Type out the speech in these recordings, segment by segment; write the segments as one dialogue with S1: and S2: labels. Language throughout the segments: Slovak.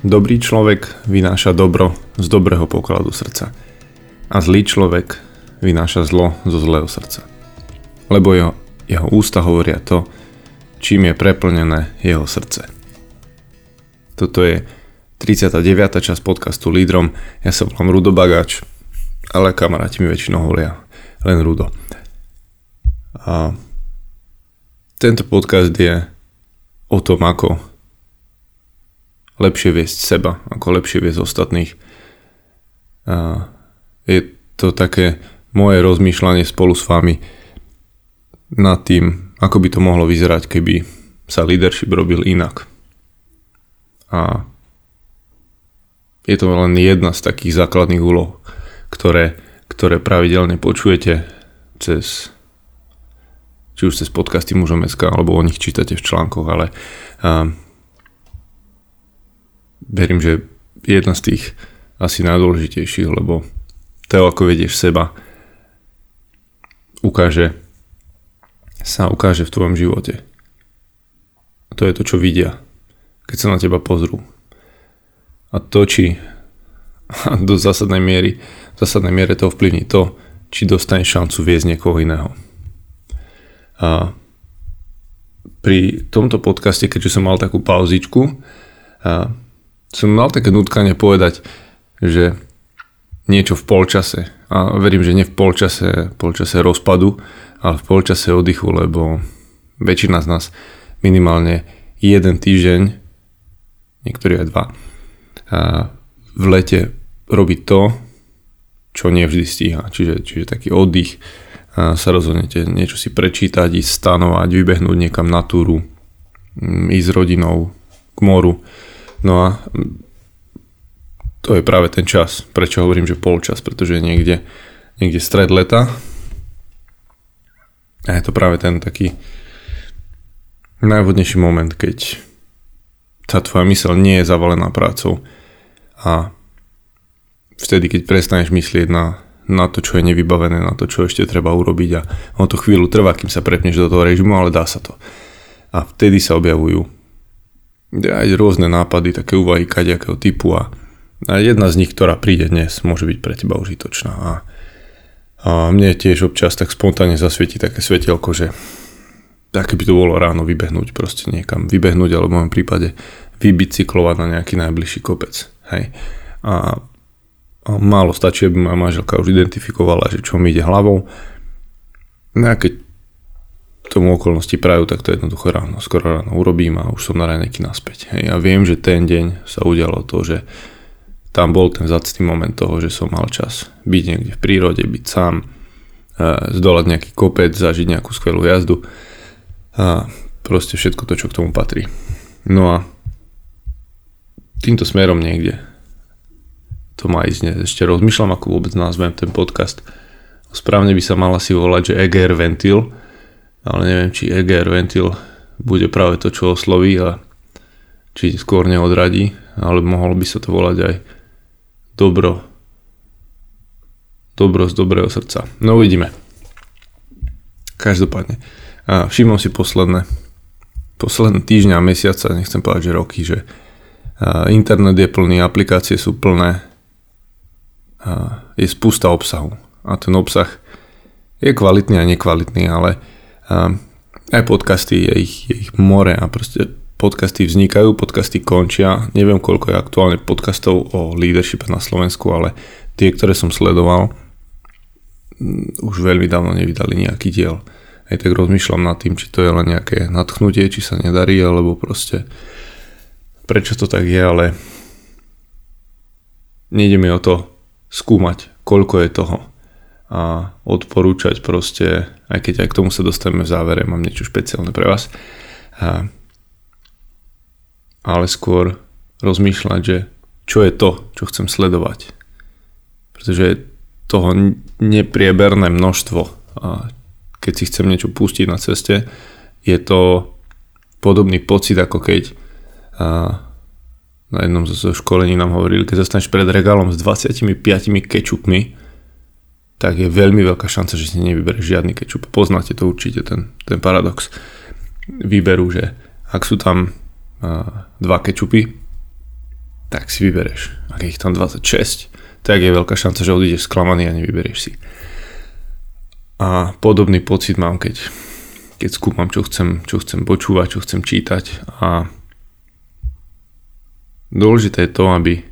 S1: Dobrý človek vynáša dobro z dobrého pokladu srdca a zlý človek vynáša zlo zo zlého srdca. Lebo jeho ústa hovoria to, čím je preplnené jeho srdce. Toto je 39. časť podcastu Lídrom. Ja sa volám Rudo Bagáč, ale kamaráti mi väčšinou hovoria len Rudo. A tento podcast je o tom, ako lepšie viesť seba, ako lepšie viesť ostatných. A je to také moje rozmýšľanie spolu s vami nad tým, ako by to mohlo vyzerať, keby sa leadership robil inak. A je to len jedna z takých základných úloh, ktoré pravidelne počujete či už cez podcasty Mužom.sk, alebo o nich čítate v článkoch, ale verím, že jedna z tých asi najdôležitejších, lebo to, ako vedieš seba, ukáže v tvojom živote. To je to, čo vidia, keď sa na teba pozrú. A to, či do zásadnej miere to ovplyvní to, či dostaneš šancu viesť niekoho iného. A pri tomto podcaste, keďže som mal takú pauzičku, som mal také nutkanie povedať, že niečo v polčase. A verím, že nie v polčase rozpadu, ale v polčase oddychu, lebo väčšina z nás minimálne jeden týždeň, niektorí aj dva, v lete robí to, čo nie vždy stíha. Čiže taký oddych, sa rozhodnete niečo si prečítať, ísť stanovať, vybehnúť niekam na túru, ísť s rodinou k moru. No a to je práve ten čas, prečo hovorím, že polčas, pretože je niekde stred leta a je to práve ten taký najvhodnejší moment, keď tá tvoja myseľ nie je zavalená prácou a vtedy, keď prestaneš myslieť na to, čo je nevybavené, na to, čo ešte treba urobiť a ono to chvíľu trvá, kým sa prepneš do toho režimu, ale dá sa to. A vtedy sa objavujú aj rôzne nápady, také úvahy kadejakého typu a jedna z nich, ktorá príde dnes, môže byť pre teba užitočná. A mne tiež občas tak spontánne zasvieti také svetielko, že tak by to bolo ráno vybehnúť, proste niekam vybehnúť, alebo v môjom prípade vybicyklovať na nejaký najbližší kopec. Hej. A málo stačí, aby moja manželka už identifikovala, že čo mi ide hlavou. No a keď tomu okolnosti prajú, tak to jednoducho skoro ráno urobím a už som na raňajky naspäť. Hej. Ja viem, že ten deň sa udialo to, že tam bol ten vzácny moment toho, že som mal čas byť niekde v prírode, byť sám, zdolať nejaký kopec, zažiť nejakú skvelú jazdu a proste všetko to, čo k tomu patrí. No a týmto smerom niekde to má ísť dnes. Ešte rozmýšľam, ako vôbec nazvem ten podcast. Správne by sa mal asi volať, že EGR Ventil, ale neviem, či EGR Ventil bude práve to, čo osloví a či skôr neodradí, ale mohlo by sa to volať aj dobro z dobrého srdca. No uvidíme. Každopádne. Všimol si posledné týždňa a mesiace, nechcem povedať, že roky, že internet je plný, aplikácie sú plné, je spústa obsahu a ten obsah je kvalitný a nekvalitný, ale aj podcasty, je ich more a proste podcasty vznikajú, podcasty končia. Neviem, koľko je aktuálne podcastov o leadershipe na Slovensku, ale tie, ktoré som sledoval, už veľmi dávno nevydali nejaký diel. Aj tak rozmýšľam nad tým, či to je len nejaké nadchnutie, či sa nedarí, alebo proste prečo to tak je, ale nejde mi o to skúmať, koľko je toho a odporúčať proste, aj keď aj k tomu sa dostaneme v závere, mám niečo špeciálne pre vás, ale skôr rozmýšľať, že čo je to, čo chcem sledovať, pretože toho neprieberné množstvo a keď si chcem niečo pustiť na ceste, je to podobný pocit, ako keď na jednom zo školení nám hovorili, keď zostaneš pred regálom s 25 kečupmi, tak je veľmi veľká šanca, že si nevyberieš žiadny kečup. Poznáte to určite, ten paradox výberu, že ak sú tam 2 kečupy, tak si vybereš. Ak je ich tam 26, tak je veľká šanca, že odídeš sklamaný a nevyberieš si. A podobný pocit mám, keď skúmam, čo chcem počúvať, čo chcem čítať. A dôležité je to, aby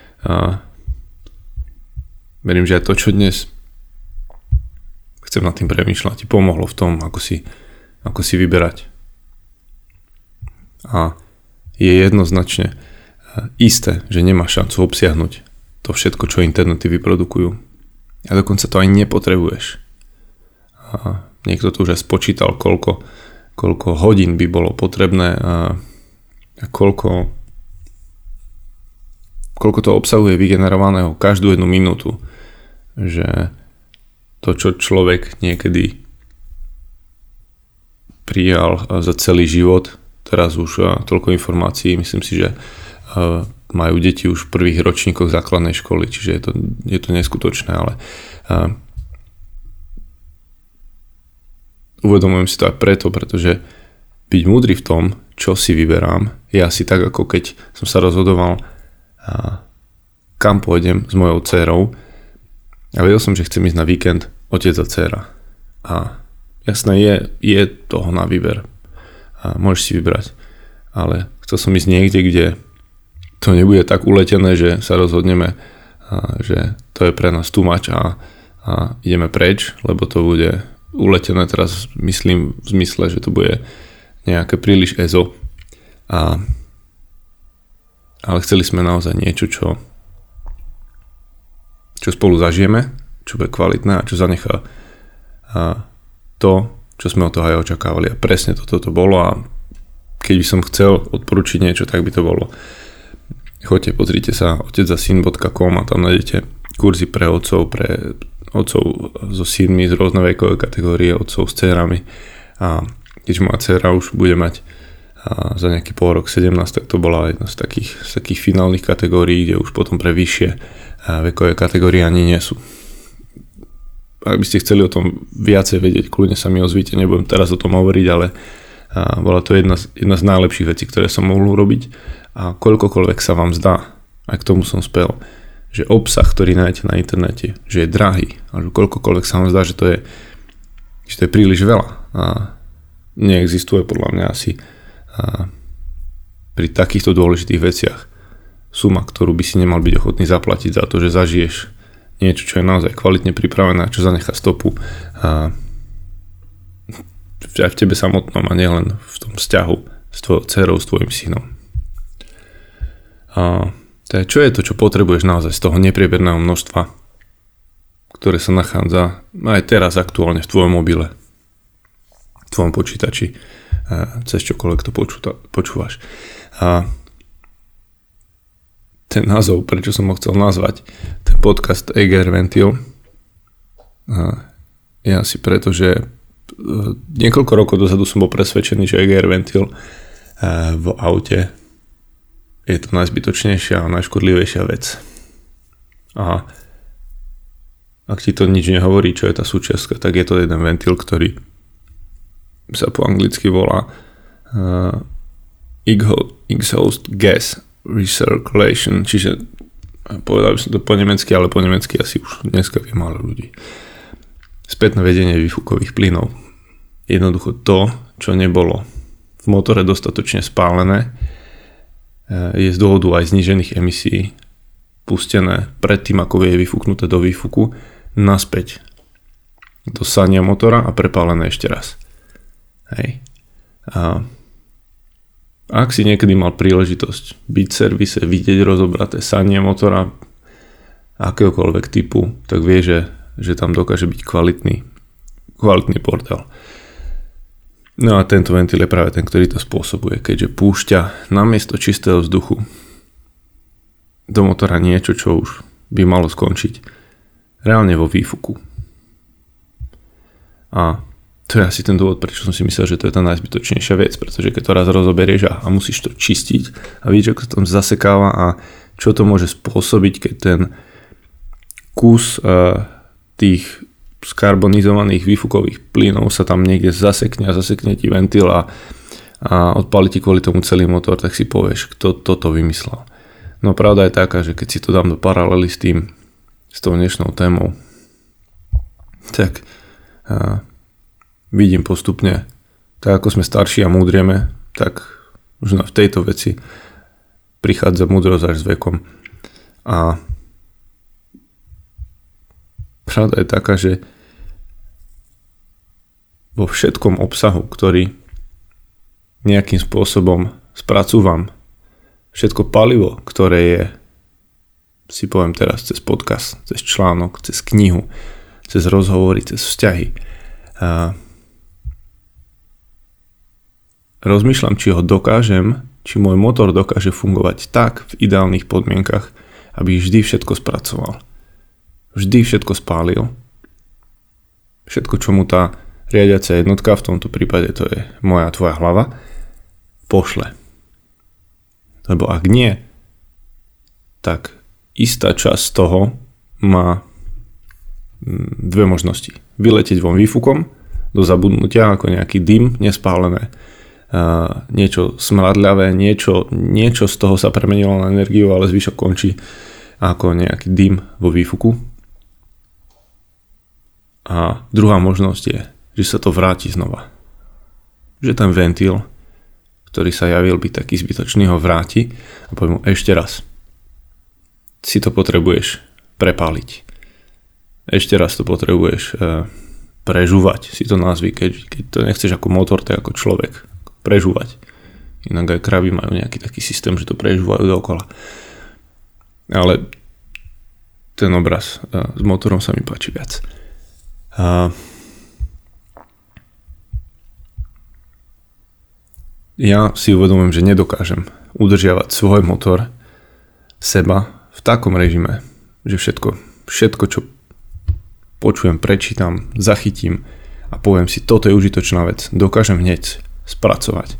S1: verím, že aj to, čo dnes chcem nad tým premýšľať, ti pomohlo v tom, ako si vyberať. A je jednoznačne isté, že nemá šancu obsiahnuť to všetko, čo internety vyprodukujú. A dokonca to aj nepotrebuješ. A niekto tu už aj spočítal, koľko hodín by bolo potrebné a koľko to obsahuje vygenerovaného každú jednu minútu. Že to, čo človek niekedy prijal za celý život, teraz už toľko informácií, myslím si, že majú deti už v prvých ročníkoch základnej školy, čiže je to neskutočné, ale uvedomujem si to aj preto, pretože byť múdry v tom, čo si vyberám, je asi tak, ako keď som sa rozhodoval, kam pôjdem s mojou dcérou a vedel som, že chcem ísť na víkend otec a dcéra. A jasné, je toho na výber. A môžeš si vybrať. Ale chcel som ísť niekde, kde to nebude tak uletené, že sa rozhodneme, že to je pre nás too much a ideme preč, lebo to bude uletené teraz, myslím v zmysle, že to bude nejaké príliš EZO. Ale chceli sme naozaj niečo, čo spolu zažijeme, čo bude kvalitné a čo zanechá to, čo sme od toho aj očakávali. A presne toto bolo a keď by som chcel odporučiť niečo, tak by to bolo. Choďte, pozrite sa otecasyn.com a tam nájdete kurzy pre otcov so synmi z rôznej vekovej kategórie, otcov s dcerami. A keď moja dcera už bude mať za nejaký pol rok 17, tak to bola jedna z takých finálnych kategórií, kde už potom pre vyššie vekové kategórie ani nie sú. Ak by ste chceli o tom viacej vedieť, kľudne sa mi ozvíte, nebudem teraz o tom hovoriť, ale bola to jedna z najlepších vecí, ktoré som mohol urobiť. A koľkokoľvek sa vám zdá, aj k tomu som spel, že obsah, ktorý nájdete na internete, že je drahý, a že koľkokoľvek sa vám zdá, že to je príliš veľa. A neexistuje podľa mňa asi pri takýchto dôležitých veciach suma, ktorú by si nemal byť ochotný zaplatiť za to, že zažiješ niečo, čo je naozaj kvalitne pripravené a čo zanechá stopu aj v tebe samotnom a nielen v tom vzťahu s tvojou dcerou, s tvojim synom. Teda čo je to, čo potrebuješ naozaj z toho neprieberného množstva, ktoré sa nachádza aj teraz aktuálne v tvojom mobile, v tvojom počítači, cez čokoľvek to počúvaš. A ten názov, prečo som ho chcel nazvať, ten podcast EGR Ventil, je asi preto, že niekoľko rokov dozadu som bol presvedčený, že EGR Ventil v aute je to najzbytočnejšia a najškodlivejšia vec. A ak ti to nič nehovorí, čo je tá súčiastka, tak je to jeden ventil, ktorý sa po anglicky volá exhaust gas recirculation, čiže povedal by som to po nemecky, ale po nemecky asi už dneska vie málo ľudí. Spätné vedenie výfukových plynov. Jednoducho to, čo nebolo v motore dostatočne spálené, je z dôvodu aj znížených emisí pustené predtým, ako je vyfúknuté do výfuku, naspäť do sania motora a prepálené ešte raz. Hej. A ak si niekedy mal príležitosť byť v servise, vidieť rozobraté sanie motora akéhokoľvek typu, tak vie, že tam dokáže byť kvalitný bordel. No a tento ventil je práve ten, ktorý to spôsobuje, keďže púšťa namiesto čistého vzduchu do motora niečo, čo už by malo skončiť reálne vo výfuku. A to je asi ten dôvod, prečo som si myslel, že to je tá najzbytočnejšia vec, pretože keď to raz rozoberieš a musíš to čistiť a vidíš, ako to tam zasekáva a čo to môže spôsobiť, keď ten kus tých skarbonizovaných výfukových plynov sa tam niekde zasekne ti ventil a odpáli ti kvôli tomu celý motor, tak si povieš, kto toto vymyslel. No pravda je taká, že keď si to dám do paralely s tou dnešnou témou, tak vidím postupne, tak ako sme starší a múdrieme, tak už v tejto veci prichádza múdrosť až s vekom. A pravda je taká, že vo všetkom obsahu, ktorý nejakým spôsobom spracúvam, všetko palivo, ktoré je, si poviem teraz, cez podcast, cez článok, cez knihu, cez rozhovory, cez vzťahy. Rozmýšľam, či môj motor dokáže fungovať tak v ideálnych podmienkach, aby vždy všetko spracoval. Vždy všetko spálil. Všetko, čo mu tá riadiaca jednotka, v tomto prípade to je moja tvoja hlava, pošle. Lebo ak nie, tak istá časť z toho má dve možnosti. Vyletieť von výfukom do zabudnutia ako nejaký dym, nespálené, niečo smradľavé, niečo z toho sa premenilo na energiu, ale zvyšok končí ako nejaký dym vo výfuku. A druhá možnosť je, že sa to vráti znova. Že ten ventil, ktorý sa javil byť taký zbytočný, ho vráti a poviem mu ešte raz. Si to potrebuješ prepáliť. Ešte raz to potrebuješ prežúvať. Si to nazvi, keď to nechceš ako motor, to je ako človek. Prežúvať. Inak aj kravy majú nejaký taký systém, že to prežúvajú dookola. Ale ten obraz s motorom sa mi páči viac. Ja si uvedomujem, že nedokážem udržiavať svoj motor, seba v takom režime, že všetko, čo počujem, prečítam, zachytím a poviem si, toto je užitočná vec, dokážem hneď spracovať.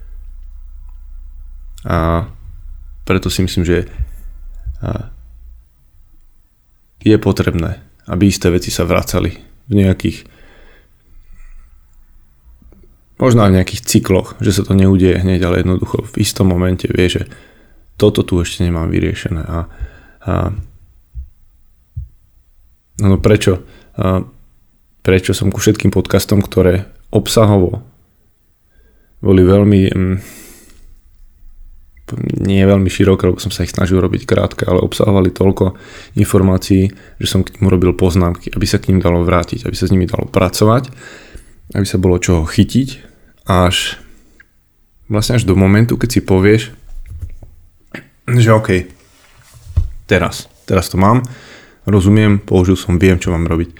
S1: A preto si myslím, že je potrebné, aby isté veci sa vracali v nejakých, možno v nejakých cykloch, že sa to neudeje hneď, ale jednoducho v istom momente vie, že toto tu ešte nemám vyriešené. No prečo som ku všetkým podcastom, ktoré obsahovo boli veľmi nie veľmi široké, lebo som sa ich snažil robiť krátke, ale obsahovali toľko informácií, že som k nim robil poznámky, aby sa k ním dalo vrátiť, aby sa s nimi dalo pracovať, aby sa bolo čoho chytiť, až do momentu, keď si povieš, že OK, teraz to mám, rozumiem, použil som, viem, čo mám robiť.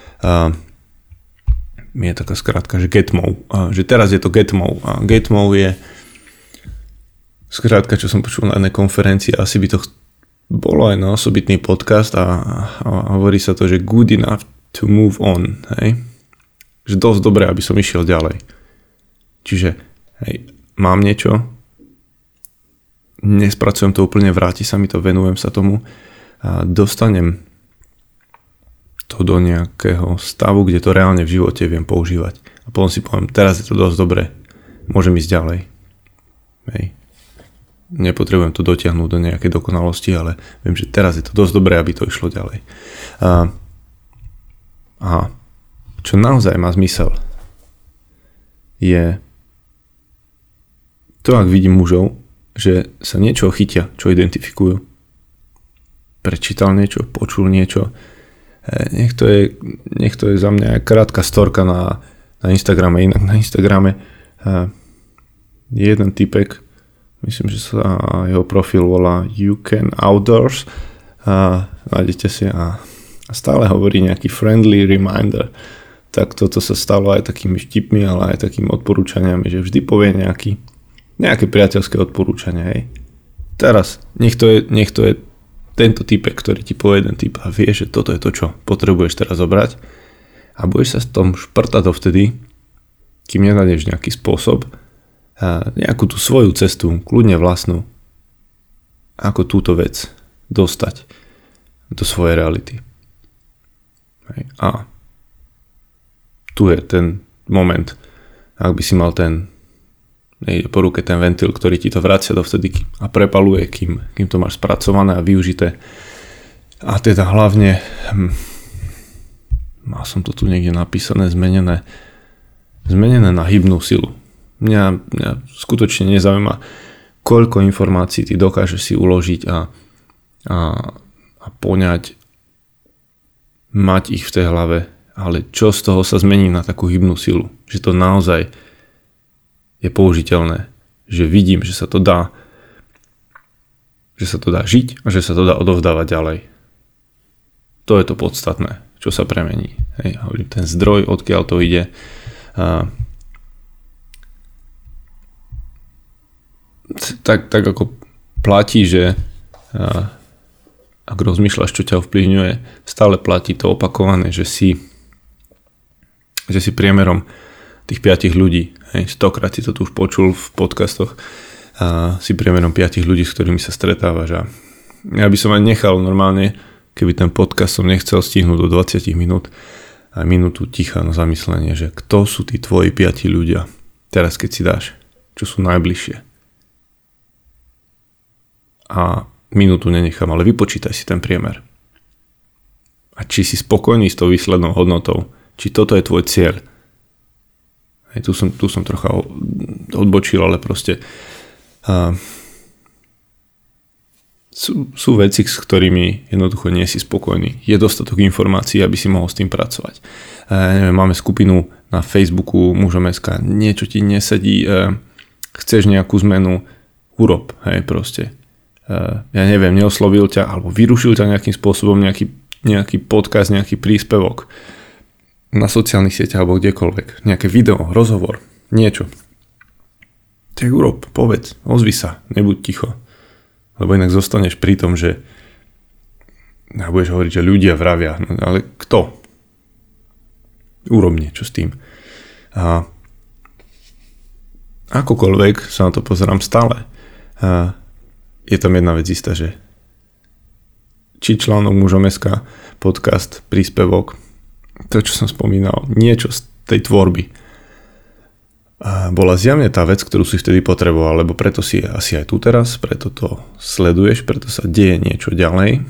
S1: Je taká skrátka, že Getmo, že teraz je to Getmo. Getmo je skrátka, čo som počul na jednej konferencii, asi by to bolo aj na osobitný podcast a hovorí sa to, že good enough to move on, hej? Že dosť dobré, aby som išiel ďalej. Čiže hej, mám niečo, nespracujem to úplne, vráti sa mi to, venujem sa tomu a dostanem to do nejakého stavu, kde to reálne v živote viem používať. A potom si poviem, teraz je to dosť dobré, môžem ísť ďalej. Hej. Nepotrebujem to dotiahnuť do nejakej dokonalosti, ale viem, že teraz je to dosť dobré, aby to išlo ďalej. A čo naozaj má zmysel, je to, ak vidím mužov, že sa niečo chytia, čo identifikujú. Prečítal niečo, počul niečo. Nech to je za mňa krátka storka na Instagrame. Inak na Instagrame je jeden typek, myslím, že sa jeho profil volá You Can Outdoors. Nájdete si a stále hovorí nejaký friendly reminder. Tak toto sa stalo aj takými vtipmi, ale aj takými odporúčaniami, že vždy povie nejaké priateľské odporúčania. Hej. Teraz, nech to je tento typek, ktorý ti povie jeden typ a vie, že toto je to, čo potrebuješ teraz zobrať a budeš sa s tom šprtať dovtedy, kým nenájdeš nejaký spôsob, nejakú tú svoju cestu, kľudne vlastnú, ako túto vec dostať do svojej reality. Hej. A tu je ten moment, ak by si mal ten nejde po ruke ten ventil, ktorý ti to vracia dovtedy a prepaluje, kým to máš spracované a využité. A teda hlavne, mal som to tu niekde napísané, zmenené na hybnú silu. Mňa skutočne nezaujíma, koľko informácií ty dokážeš si uložiť a poňať, mať ich v tej hlave, ale čo z toho sa zmení na takú hybnú silu, že to naozaj je použiteľné, že vidím, že sa to dá žiť a že sa to dá odovzdávať ďalej. To je to podstatné, čo sa premení. Hej, ten zdroj, odkiaľ to ide. Tak ako platí, že ak rozmýšľaš, čo ťa ovplyvňuje, stále platí to opakované, že si priemerom tých 5 ľudí, 100-krát si to tu už počul v podcastoch, si priemerom 5 ľudí, s ktorými sa stretávaš. A ja by som aj nechal normálne, keby ten podcast som nechcel stihnúť do 20 minút, a minútu ticha na zamyslenie, že kto sú tí tvoji 5 ľudia, teraz keď si dáš, čo sú najbližšie. A minútu nenechám, ale vypočítaj si ten priemer. A či si spokojný s tou výslednou hodnotou, či toto je tvoj cieľ. Tu som trocha odbočil, ale proste sú veci, s ktorými jednoducho nie si spokojný. Je dostatok informácií, aby si mohol s tým pracovať. Neviem, máme skupinu na Facebooku mužom.sk, niečo ti nesedí, chceš nejakú zmenu, urob, hej, proste. Ja neviem, neoslovil ťa, alebo vyrušil ťa nejakým spôsobom nejaký podcast, nejaký príspevok na sociálnych sieťach alebo kdekoľvek, nejaké video, rozhovor, niečo. Tak urob, povedz, ozvi sa, nebuď ticho. Lebo inak zostaneš pri tom, že budeš hovoriť, že ľudia vravia, no, ale kto? Urob niečo s tým. A akokoľvek sa na to pozerám stále. Je tam jedna vec istá, že či článok mužom.sk, podcast, príspevok, to, čo som spomínal, niečo z tej tvorby bola zjavne tá vec, ktorú si vtedy potreboval, lebo preto si asi aj tu teraz, preto to sleduješ, preto sa deje niečo ďalej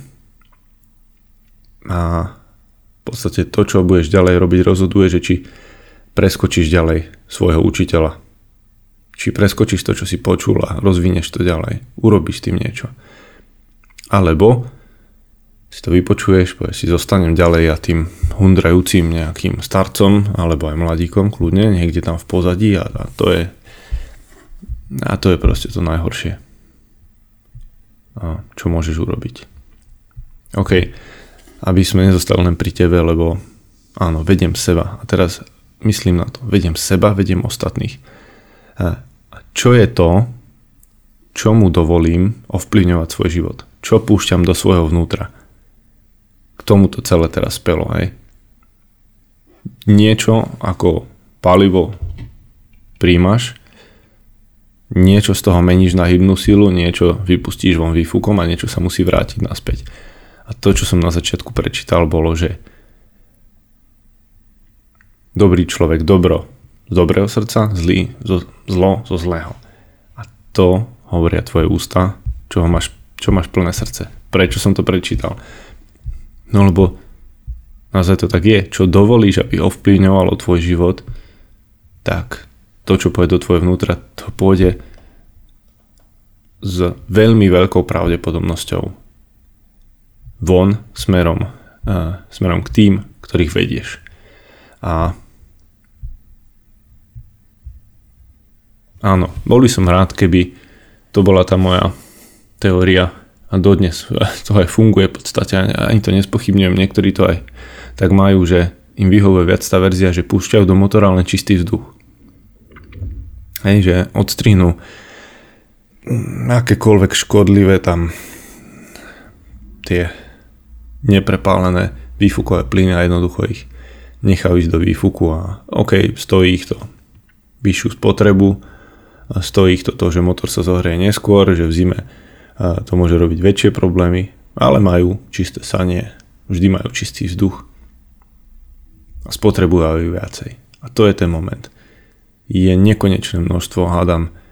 S1: a v podstate to, čo budeš ďalej robiť, rozhoduje, že či preskočíš ďalej svojho učiteľa, či preskočíš to, čo si počul a rozvinieš to ďalej, urobíš tým niečo, alebo si to vypočuješ, povieš si, zostanem ďalej a tým hundrajúcim nejakým starcom alebo aj mladíkom kľudne, niekde tam v pozadí a to je proste to najhoršie. A čo môžeš urobiť? OK, aby sme nezostali len pri tebe, lebo áno, vediem seba a teraz myslím na to, vediem seba, vediem ostatných. A čo je to, čomu dovolím ovplyvňovať svoj život? Čo púšťam do svojho vnútra? K tomu to celé teraz spelo, hej. Niečo ako palivo príjmaš, niečo z toho meníš na hybnú silu, niečo vypustíš von výfukom a niečo sa musí vrátiť naspäť. A to, čo som na začiatku prečítal, bolo, že dobrý človek dobro z dobrého srdca, zlo zo zlého. A to hovoria tvoje ústa, čo máš plné srdce. Prečo som to prečítal? No lebo naozaj to tak je. Čo dovolíš, aby ovplyvňovalo tvoj život, tak to, čo pôjde do tvojho vnútra, to pôjde s veľmi veľkou pravdepodobnosťou von smerom k tým, ktorých vedieš. A áno, bol by som rád, keby to bola tá moja teória a dodnes to aj funguje v podstate, ani to nespochybňujem, niektorí to aj tak majú, že im vyhovuje viac tá verzia, že púšťajú do motora len čistý vzduch. Hej, že odstrihnú akékoľvek škodlivé tam tie neprepálené výfukové plyny a jednoducho ich nechajú ísť do výfuku a OK, stojí ich to vyššiu spotrebu, stojí ich to, že motor sa zohreje neskôr, že v zime to môže robiť väčšie problémy, ale majú čisté sanie, vždy majú čistý vzduch a spotrebujú viacej. A to je ten moment. Je nekonečné množstvo, hádam,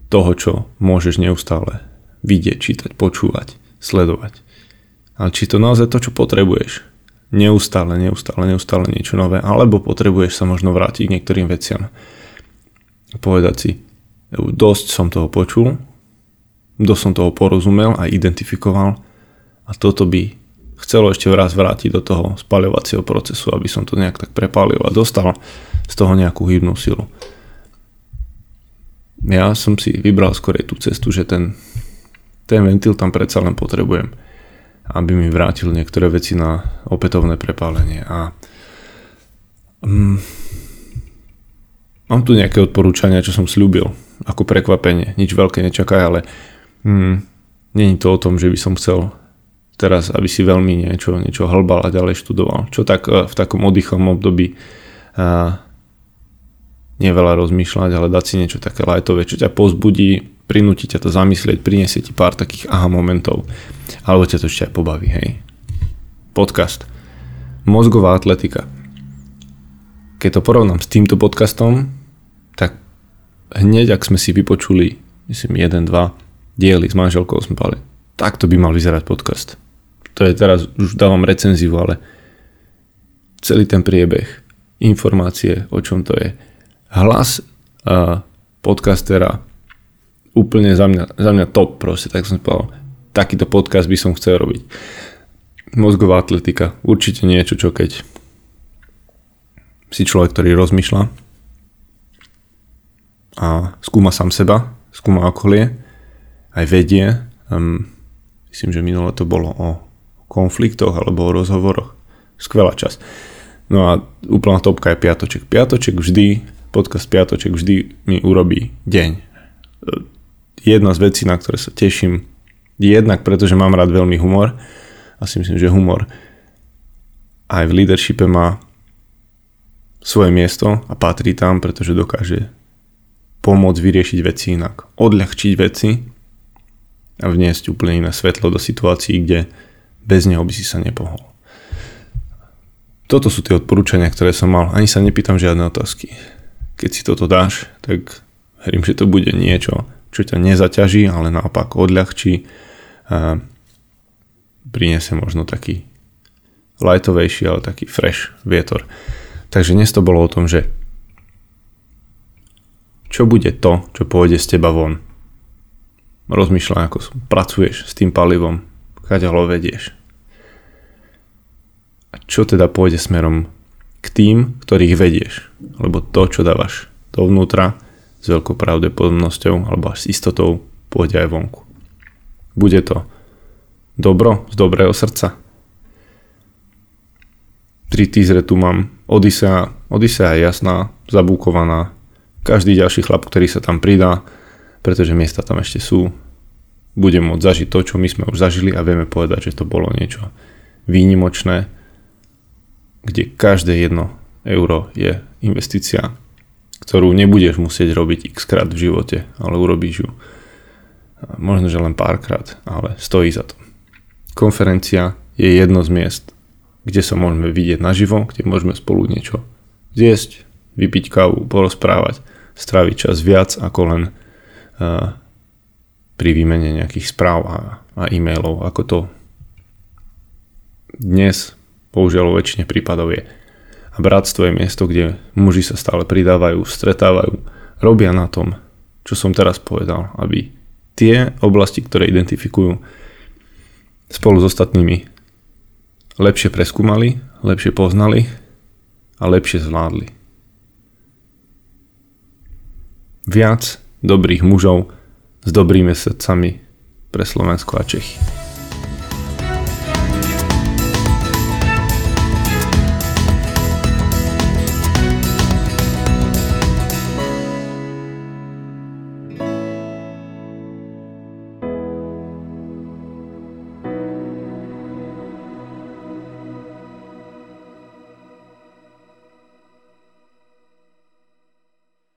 S1: toho, čo môžeš neustále vidieť, čítať, počúvať, sledovať. Ale či to naozaj to, čo potrebuješ? Neustále niečo nové, alebo potrebuješ sa možno vrátiť k niektorým veciam. Povedať si, dosť som toho počul, dosť som toho porozumel a identifikoval a toto by chcelo ešte raz vrátiť do toho spaľovacieho procesu, aby som to nejak tak prepálil a dostal z toho nejakú hybnú silu. Ja som si vybral skorej tú cestu, že ten ventil tam predsa len potrebujem, aby mi vrátil niektoré veci na opätovné prepálenie. A mám tu nejaké odporúčania, čo som sľúbil, ako prekvapenie. Nič veľké nečakaj, ale není to o tom, že by som chcel teraz, aby si veľmi niečo hlbal a ďalej študoval. Čo tak v takom oddychovom období nie veľa rozmýšľať, ale dať si niečo také lightové, čo ťa povzbudí, prinúti ťa to zamyslieť, prinesie ti pár takých aha momentov, alebo ťa to ešte aj pobaví, hej. Podcast. Mozgová atletika. Keď to porovnám s týmto podcastom, tak hneď, ak sme si vypočuli, myslím, 1-2 diely s manželkou, sme povedali, takto by mal vyzerať podcast. To je teraz, už dávam recenziu, ale celý ten priebeh, informácie, o čom to je, hlas podcastera, úplne za mňa top proste, tak som povedal, takýto podcast by som chcel robiť. Mozgová atletika, určite niečo, čo keď si človek, ktorý rozmýšľa a skúma sám seba, skúma okolie, aj vedie, myslím, že minule to bolo o konfliktoch alebo o rozhovoroch, skvelá časť. No a úplná topka je Piatoček vždy, podcast Piatoček vždy mi urobí deň. Jedna z vecí, na ktoré sa teším, jednak pretože mám rád veľmi humor a si myslím, že humor aj v leadershipe má svoje miesto a patrí tam, pretože dokáže pomôcť vyriešiť veci inak, odľahčiť veci a vniesť úplne iné svetlo do situácií, kde bez neho by si sa nepohol. Toto sú tie odporúčania, ktoré som mal. Ani sa nepýtam žiadne otázky. Keď si toto dáš, tak verím, že to bude niečo, čo ťa nezaťaží, ale naopak odľahčí a priniesie možno taký lightovejší, ale taký fresh vietor. Takže dnes to bolo o tom, že čo bude to, čo pôjde z teba von. Rozmýšľaj, ako pracuješ s tým palivom, kadeľ ho vedieš. A čo teda pôjde smerom k tým, ktorých vedieš. Lebo to, čo dávaš dovnútra, s veľkou pravdepodobnosťou alebo až s istotou pôjde aj vonku. Bude to dobro z dobrého srdca. Pri teasere tu mám Odisea. Odisea je jasná, zabúkovaná. Každý ďalší chlap, ktorý sa tam pridá, pretože miesta tam ešte sú, bude môcť zažiť to, čo my sme už zažili a vieme povedať, že to bolo niečo výnimočné, kde každé 1 euro je investícia, ktorú nebudeš musieť robiť x krát v živote, ale urobíš ju možno, že len párkrát, ale stojí za to. Konferencia je jedno z miest, kde sa môžeme vidieť naživo, kde môžeme spolu niečo zjesť, vypiť kávu, porozprávať, stráviť čas viac ako len pri výmene nejakých správ a e-mailov, ako to dnes bohužiaľ vo väčšine prípadov je. A bratstvo je miesto, kde muži sa stále pridávajú, stretávajú, robia na tom, čo som teraz povedal, aby tie oblasti, ktoré identifikujú, spolu s ostatnými lepšie preskúmali, lepšie poznali a lepšie zvládli. Viac dobrých mužov s dobrými srdcami pre Slovensko a Čechy.